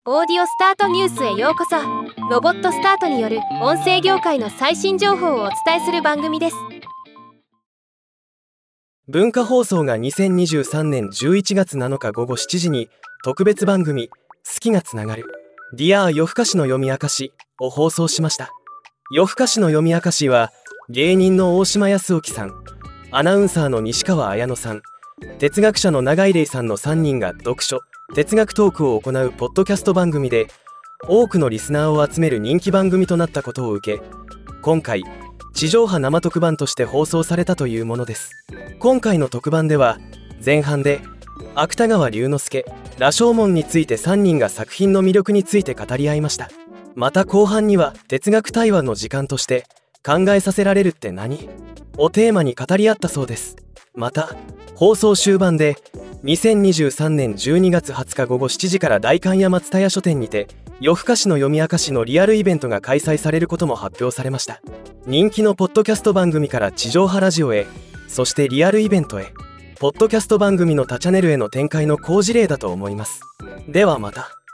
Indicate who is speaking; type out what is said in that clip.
Speaker 1: オーディオスタートニュースへようこそ。ロボットスタートによる音声業界の最新情報をお伝えする番組です。
Speaker 2: 文化放送が2023年11月7日午後7時に特別番組「好きがつながるディアー夜更かしの読み明かし」を放送しました。夜更かしの読み明かしは芸人の大島康興さん、アナウンサーの西川綾乃さん、哲学者の永井玲さんの3人が読書・哲学トークを行うポッドキャスト番組で、多くのリスナーを集める人気番組となったことを受け、今回地上波生特番として放送されたというものです。今回の特番では前半で芥川龍之介、羅生門について3人が作品の魅力について語り合いました。また後半には哲学対話の時間として考えさせられるって何？をテーマに語り合ったそうです。また放送終盤で2023年12月20日午後7時から代官山蔦屋書店にて夜更かしの読み明かしのリアルイベントが開催されることも発表されました。人気のポッドキャスト番組から地上波ラジオへ、そしてリアルイベントへ、ポッドキャスト番組の他チャンネルへの展開の好事例だと思います。ではまた。